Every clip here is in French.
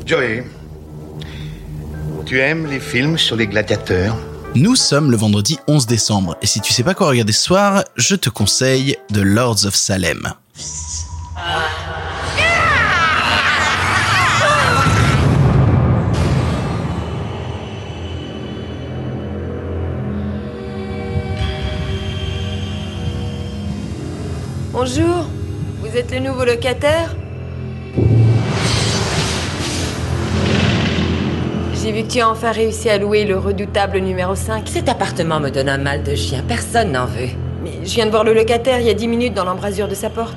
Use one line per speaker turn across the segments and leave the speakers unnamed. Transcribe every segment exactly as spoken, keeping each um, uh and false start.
Joey, tu aimes les films sur les gladiateurs ?
Nous sommes le vendredi onze décembre, et si tu sais pas quoi regarder ce soir, je te conseille The Lords of Salem.
Bonjour, vous êtes le nouveau locataire ? J'ai vu que tu as enfin réussi à louer le redoutable numéro cinq.
Cet appartement me donne un mal de chien, personne n'en veut.
Mais je viens de voir le locataire il y a dix minutes dans l'embrasure de sa porte.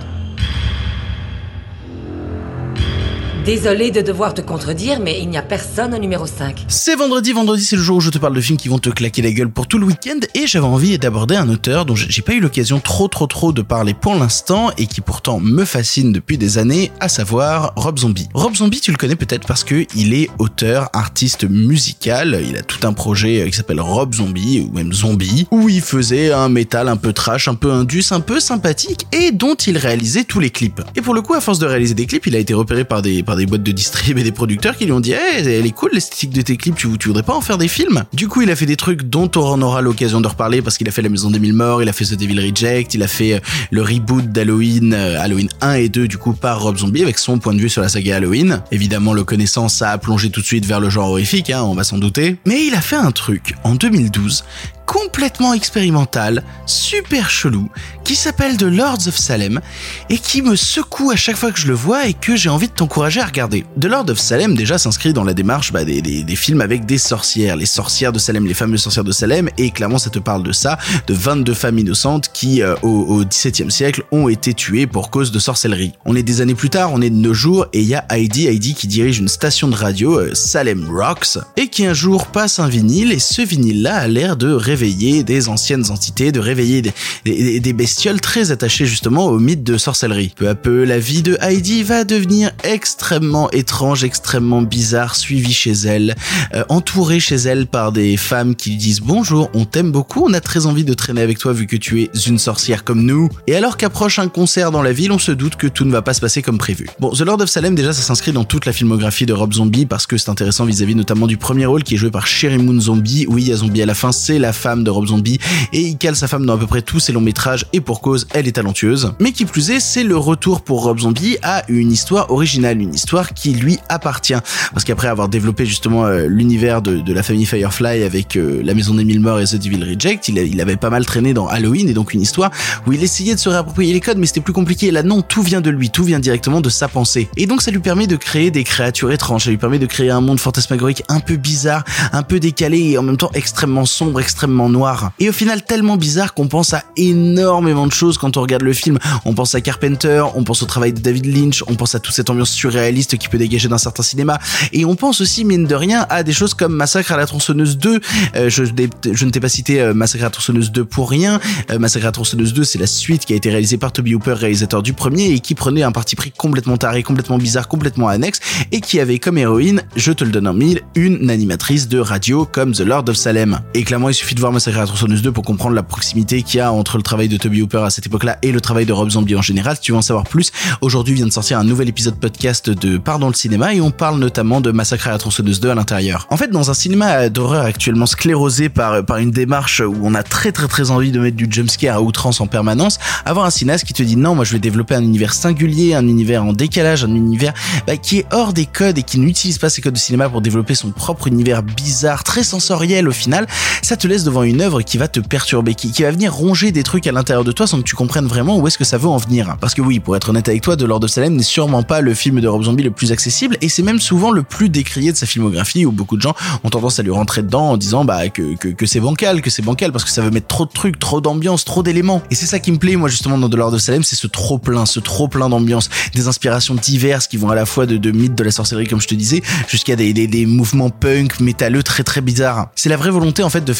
Désolée de devoir te contredire, mais il n'y a personne au numéro cinq.
C'est vendredi, vendredi c'est le jour où je te parle de films qui vont te claquer la gueule pour tout le week-end, et j'avais envie d'aborder un auteur dont j'ai pas eu l'occasion trop trop trop de parler pour l'instant, et qui pourtant me fascine depuis des années, à savoir Rob Zombie. Rob Zombie, tu le connais peut-être parce que il est auteur, artiste musical, il a tout un projet qui s'appelle Rob Zombie, ou même Zombie, où il faisait un métal un peu trash, un peu indus, un peu sympathique, et dont il réalisait tous les clips. Et pour le coup, à force de réaliser des clips, il a été repéré par des, par des boîtes de distrib et des producteurs qui lui ont dit hey, elle est cool l'esthétique de tes clips, tu, tu voudrais pas en faire des films? Du coup il a fait des trucs dont on aura l'occasion de reparler, parce qu'il a fait La Maison des Mille Morts, il a fait The Devil Reject, il a fait le reboot d'Halloween, euh, Halloween un et deux du coup par Rob Zombie, avec son point de vue sur la saga Halloween. Évidemment le connaissant, ça a plongé tout de suite vers le genre horrifique, hein, on va s'en douter. Mais il a fait un truc en deux mille douze complètement expérimental, super chelou, qui s'appelle The Lords of Salem, et qui me secoue à chaque fois que je le vois et que j'ai envie de t'encourager à regarder. The Lords of Salem déjà s'inscrit dans la démarche bah, des, des, des films avec des sorcières, les sorcières de Salem, les fameuses sorcières de Salem, et clairement ça te parle de ça, de vingt-deux femmes innocentes qui euh, au, au dix-septième siècle ont été tuées pour cause de sorcellerie. On est des années plus tard, on est de nos jours, et il y a Heidi, Heidi qui dirige une station de radio, euh, Salem Rocks, et qui un jour passe un vinyle, et ce vinyle-là a l'air de révéler réveiller des anciennes entités, de réveiller des, des, des bestioles très attachées justement au mythe de sorcellerie. Peu à peu, la vie de Heidi va devenir extrêmement étrange, extrêmement bizarre, suivie chez elle, euh, entourée chez elle par des femmes qui lui disent bonjour, on t'aime beaucoup, on a très envie de traîner avec toi vu que tu es une sorcière comme nous. Et alors qu'approche un concert dans la ville, on se doute que tout ne va pas se passer comme prévu. Bon, The Lord of Salem, déjà ça s'inscrit dans toute la filmographie de Rob Zombie, parce que c'est intéressant vis-à-vis notamment du premier rôle qui est joué par Sheri Moon Zombie. Oui, il y a Zombie à la fin, c'est la femme de Rob Zombie, et il cale sa femme dans à peu près tous ses longs métrages, et pour cause, elle est talentueuse. Mais qui plus est, c'est le retour pour Rob Zombie à une histoire originale, une histoire qui lui appartient. Parce qu'après avoir développé justement euh, l'univers de, de la famille Firefly avec euh, La Maison des Mille Morts et The Devil Reject, il, a, il avait pas mal traîné dans Halloween, et donc une histoire où il essayait de se réapproprier les codes, mais c'était plus compliqué. Là non, tout vient de lui, tout vient directement de sa pensée. Et donc ça lui permet de créer des créatures étranges, ça lui permet de créer un monde fantasmagorique un peu bizarre, un peu décalé, et en même temps extrêmement sombre, extrêmement noir. Et au final tellement bizarre qu'on pense à énormément de choses quand on regarde le film. On pense à Carpenter, on pense au travail de David Lynch, on pense à toute cette ambiance surréaliste qui peut dégager d'un certain cinéma, et on pense aussi mine de rien à des choses comme Massacre à la tronçonneuse deux. Euh, je, je ne t'ai pas cité euh, Massacre à la tronçonneuse deux pour rien. Euh, Massacre à la tronçonneuse deux, c'est la suite qui a été réalisée par Toby Hooper, réalisateur du premier, et qui prenait un parti pris complètement taré, complètement bizarre, complètement annexe, et qui avait comme héroïne, je te le donne en mille, une animatrice de radio comme The Lord of Salem. Et clairement il suffit de voir Massacre à la tronçonneuse deux pour comprendre la proximité qu'il y a entre le travail de Toby Hooper à cette époque-là et le travail de Rob Zombie en général. Si tu veux en savoir plus, aujourd'hui vient de sortir un nouvel épisode podcast de Pardon le cinéma, et on parle notamment de Massacre à la tronçonneuse deux à l'intérieur. En fait, dans un cinéma d'horreur actuellement sclérosé par, par une démarche où on a très très très envie de mettre du jumpscare à outrance en permanence, avoir un cinéaste qui te dit non, moi je vais développer un univers singulier, un univers en décalage, un univers bah, qui est hors des codes et qui n'utilise pas ses codes de cinéma pour développer son propre univers bizarre, très sensoriel au final, ça te laisse devant une œuvre qui va te perturber, qui, qui va venir ronger des trucs à l'intérieur de toi sans que tu comprennes vraiment où est-ce que ça veut en venir. Parce que oui, pour être honnête avec toi, The Lord of Salem n'est sûrement pas le film de Rob Zombie le plus accessible, et c'est même souvent le plus décrié de sa filmographie, où beaucoup de gens ont tendance à lui rentrer dedans en disant bah que, que, que c'est bancal, que c'est bancal parce que ça veut mettre trop de trucs, trop d'ambiance, trop d'éléments. Et c'est ça qui me plaît moi justement dans The Lord of Salem, c'est ce trop plein, ce trop plein d'ambiance, des inspirations diverses qui vont à la fois de, de mythes de la sorcellerie comme je te disais, jusqu'à des, des, des mouvements punk, métalleux très très bizarres. C'est la vraie volonté en fait de faire un film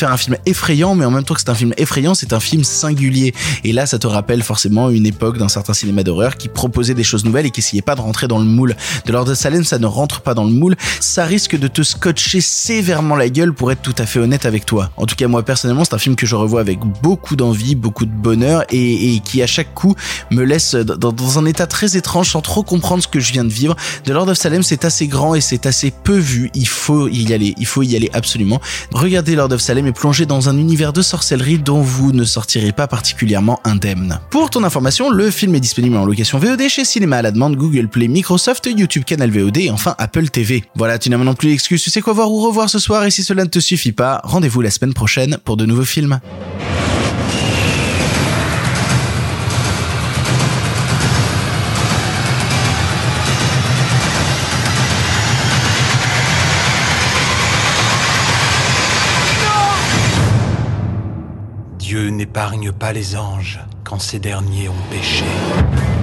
effrayant, mais en même temps que c'est un film effrayant, c'est un film singulier. Et là, ça te rappelle forcément une époque d'un certain cinéma d'horreur qui proposait des choses nouvelles et qui essayait pas de rentrer dans le moule. De Lord of Salem, ça ne rentre pas dans le moule. Ça risque de te scotcher sévèrement la gueule, pour être tout à fait honnête avec toi. En tout cas, moi, personnellement, c'est un film que je revois avec beaucoup d'envie, beaucoup de bonheur et, et qui, à chaque coup, me laisse dans, dans un état très étrange sans trop comprendre ce que je viens de vivre. The Lord of Salem, c'est assez grand et c'est assez peu vu. Il faut y aller. Il faut y aller absolument. Regardez Lord of Salem et plongez dans un univers de sorcellerie dont vous ne sortirez pas particulièrement indemne. Pour ton information, le film est disponible en location V O D chez Cinéma à la demande, Google Play, Microsoft, YouTube, Canal V O D et enfin Apple T V. Voilà, tu n'as maintenant plus l'excuse, tu sais quoi voir ou revoir ce soir, et si cela ne te suffit pas, rendez-vous la semaine prochaine pour de nouveaux films.
Dieu n'épargne pas les anges quand ces derniers ont péché.